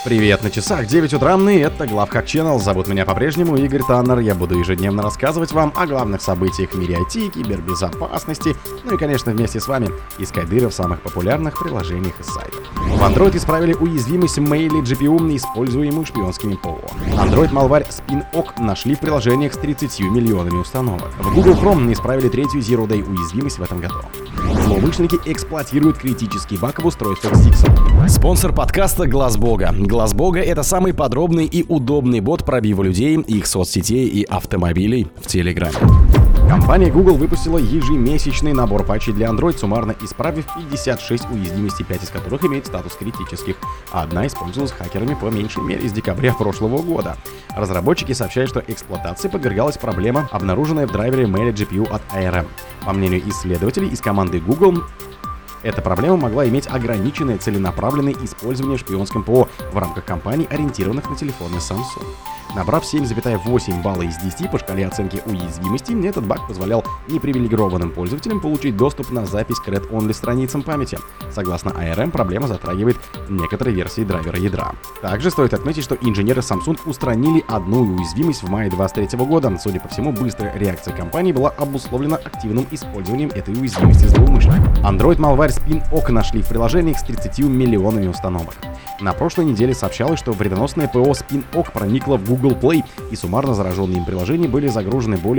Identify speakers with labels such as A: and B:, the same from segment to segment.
A: Привет, на часах 9 утра, и это Главхак Channel. Зовут меня по-прежнему Игорь Таннер. Я буду ежедневно рассказывать вам о главных событиях в мире IT, кибербезопасности, ну и, конечно, вместе с вами искать дыры в самых популярных приложениях и сайтах. В Android исправили уязвимость Meili GPU, используемую шпионскими ПО. Android Malware SpinOk нашли в приложениях с 30 миллионами установок. В Google Chrome исправили третью Zero Day уязвимость в этом году. Злоумышленники эксплуатируют критический баг в устройствах Zixel. Спонсор подкаста Глаз Бога. Глаз Бога — это самый подробный и удобный бот пробива людей, их соцсетей и автомобилей в Телеграме. Компания Google выпустила ежемесячный набор патчей для Android, суммарно исправив 56 уязвимостей, 5 из которых имеют статус критических, а одна использовалась хакерами по меньшей мере с декабря прошлого года. Разработчики сообщают, что эксплуатации подвергалась проблема, обнаруженная в драйвере Meili GPU от ARM. По мнению исследователей из команды Google, эта проблема могла иметь ограниченное целенаправленное использование шпионским ПО в рамках компаний, ориентированных на телефоны Samsung. Набрав 7,8 балла из 10 по шкале оценки уязвимости, этот баг позволял непривилегированным пользователям получить доступ на запись к Read-Only страницам памяти. Согласно ARM, проблема затрагивает некоторые версии драйвера ядра. Также стоит отметить, что инженеры Samsung устранили одну уязвимость в мае 2023 года. Судя по всему, быстрая реакция компании была обусловлена активным использованием этой уязвимости злоумышленников. Android Malware SpinOk нашли в приложениях с 30 миллионами установок. На прошлой неделе сообщалось, что вредоносное ПО SpinOk проникло в Google Play, и суммарно зараженные им приложения были загружены более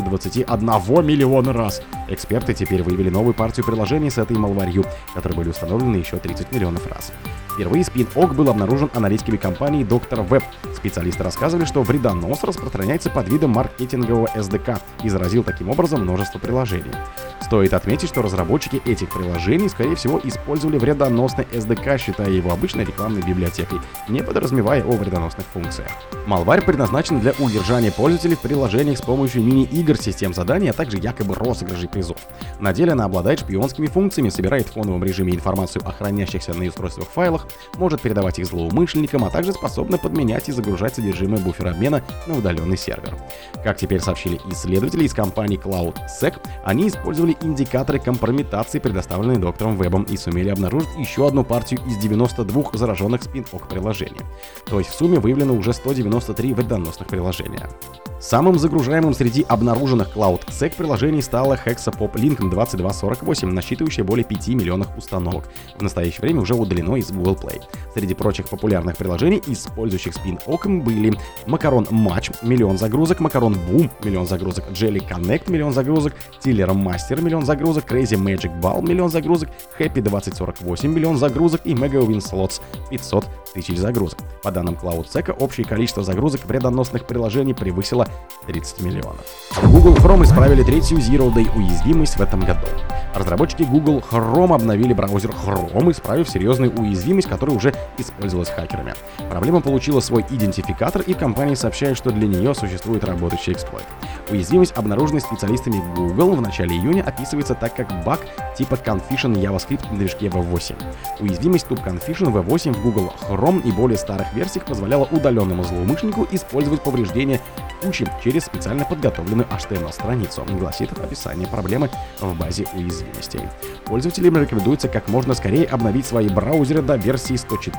A: 421 миллиона раз. Эксперты теперь выявили новую партию приложений с этой малварью, которые были установлены еще 30 миллионов раз. Впервые SpinOk был обнаружен аналитиками компании Dr. Web. Специалисты рассказывали, что вредонос распространяется под видом маркетингового SDK и заразил таким образом множество приложений. Стоит отметить, что разработчики этих приложений, скорее всего, использовали вредоносный SDK, считая его обычной рекламной библиотекой, не подразумевая о вредоносных функциях. Malware предназначен для удержания пользователей в приложениях с помощью мини-игр, систем заданий, а также якобы розыгрышей призов. На деле она обладает шпионскими функциями, собирает в фоновом режиме информацию о хранящихся на устройствах файлах, может передавать их злоумышленникам, а также способна подменять и загружать содержимое буфера обмена на удаленный сервер. Как теперь сообщили исследователи из компании CloudSec, они использовали индикаторы компрометации, предоставленные доктором Вебом, и сумели обнаружить еще одну партию из 92 зараженных SpinOk приложений. То есть в сумме выявлено уже 193 вредоносных приложения. Самым загружаемым среди обнаруженных CloudSec приложений стало Hexapop Link 2248, насчитывающее более 5 миллионов установок. В настоящее время уже удалено из Google Play. Среди прочих популярных приложений, использующих SpinOk, были Macaron Match, миллион загрузок, Macaron Boom, миллион загрузок, Jelly Connect, миллион загрузок, Tiller Master, миллион загрузок, Crazy Magic Ball, миллион загрузок, Happy 2048, миллион загрузок и MegaWin Slots, 500 тысяч загрузок. По данным CloudSec, общее количество загрузок вредоносных приложений превысило 30 миллионов. В Google Chrome исправили третью Zero Day уязвимость в этом году. Разработчики Google Chrome обновили браузер Chrome, исправив серьезную уязвимость, которая уже использовалась хакерами. Проблема получила свой идентификатор, и компания сообщает, что для нее существует работающий эксплойт. Уязвимость, обнаруженная специалистами Google в начале июня, описывается так как баг типа Confusion JavaScript в движке V8. Уязвимость Tube Confusion V8 в Google Chrome и более старых версиях позволяла удаленному злоумышленнику использовать повреждения кучи через специально подготовленную HTML-страницу, гласит описание проблемы в базе уязвимостей. Пользователям рекомендуется как можно скорее обновить свои браузеры до версии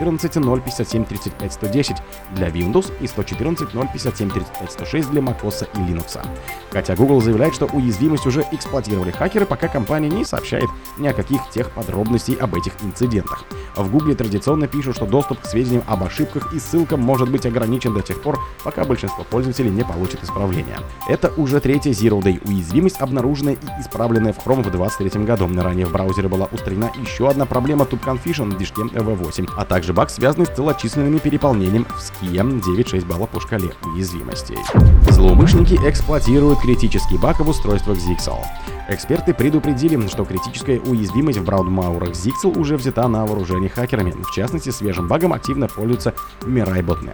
A: 114.057.35.110 для Windows и 114.057.35.106 для macOS и Linux. Хотя Google заявляет, что уязвимость уже эксплуатировали хакеры, пока компания не сообщает ни о каких тех подробностей об этих инцидентах. В Google традиционно пишут, что доступ к сведениям об ошибках и ссылкам может быть ограничен до тех пор, пока большинство пользователей не получит исправления. Это уже третья Zero Day уязвимость, обнаруженная и исправленная в Chrome в 2023 году. Ранее в браузере была устранена еще одна проблема Tube Confusion в движке V8, а также баг, связанный с целочисленным переполнением в Skia, 9,6 балла по шкале уязвимостей. Злоумышленники эксплуатируют критический баг в устройствах Zixel. Эксперты предупредили, что критическая уязвимость в браузерах Zixel уже взята на вооружение хакерами. В частности, свежим багом активно пользуется Mirai Botnet.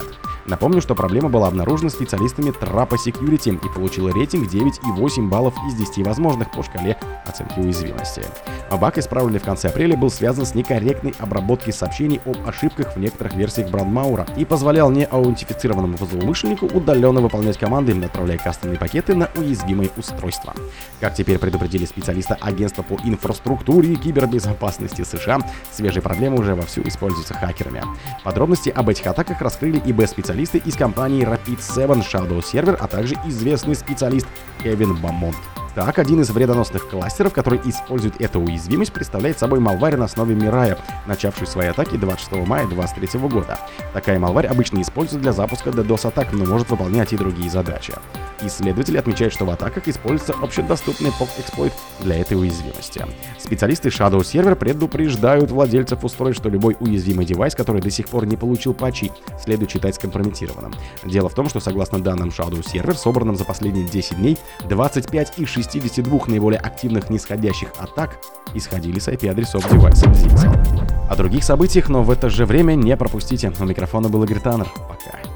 A: Напомню, что проблема была обнаружена специалистами Trapa Security и получила рейтинг 9,8 баллов из 10 возможных по шкале оценки уязвимости. Баг, исправленный в конце апреля, был связан с некорректной обработкой сообщений об ошибках в некоторых версиях Брандмауэра и позволял неаутентифицированному злоумышленнику удаленно выполнять команды, направляя кастомные пакеты на уязвимые устройства. Как теперь предупредили специалисты Агентства по инфраструктуре и кибербезопасности США, свежие проблемы уже вовсю используются хакерами. Подробности об этих атаках раскрыли ИБ-специалисты из компании Rapid7 Shadow Server, а также известный специалист Кевин Бамонт. Так, один из вредоносных кластеров, который использует эту уязвимость, представляет собой малварь на основе Mirai, начавший свои атаки 26 мая 2023 года. Такая малварь обычно используется для запуска DDoS-атак, но может выполнять и другие задачи. Исследователи отмечают, что в атаках используется общедоступный POC-эксплойт для этой уязвимости. Специалисты Shadow Server предупреждают владельцев устройств, что любой уязвимый девайс, который до сих пор не получил патчи, следует считать скомпрометированным. Дело в том, что согласно данным Shadow Server, собранным за последние 10 дней, 25 из 62 наиболее активных нисходящих атак исходили с IP-адресов девайсов Zix. О других событиях, но в это же время не пропустите. У микрофона был Игорь Таннер. Пока.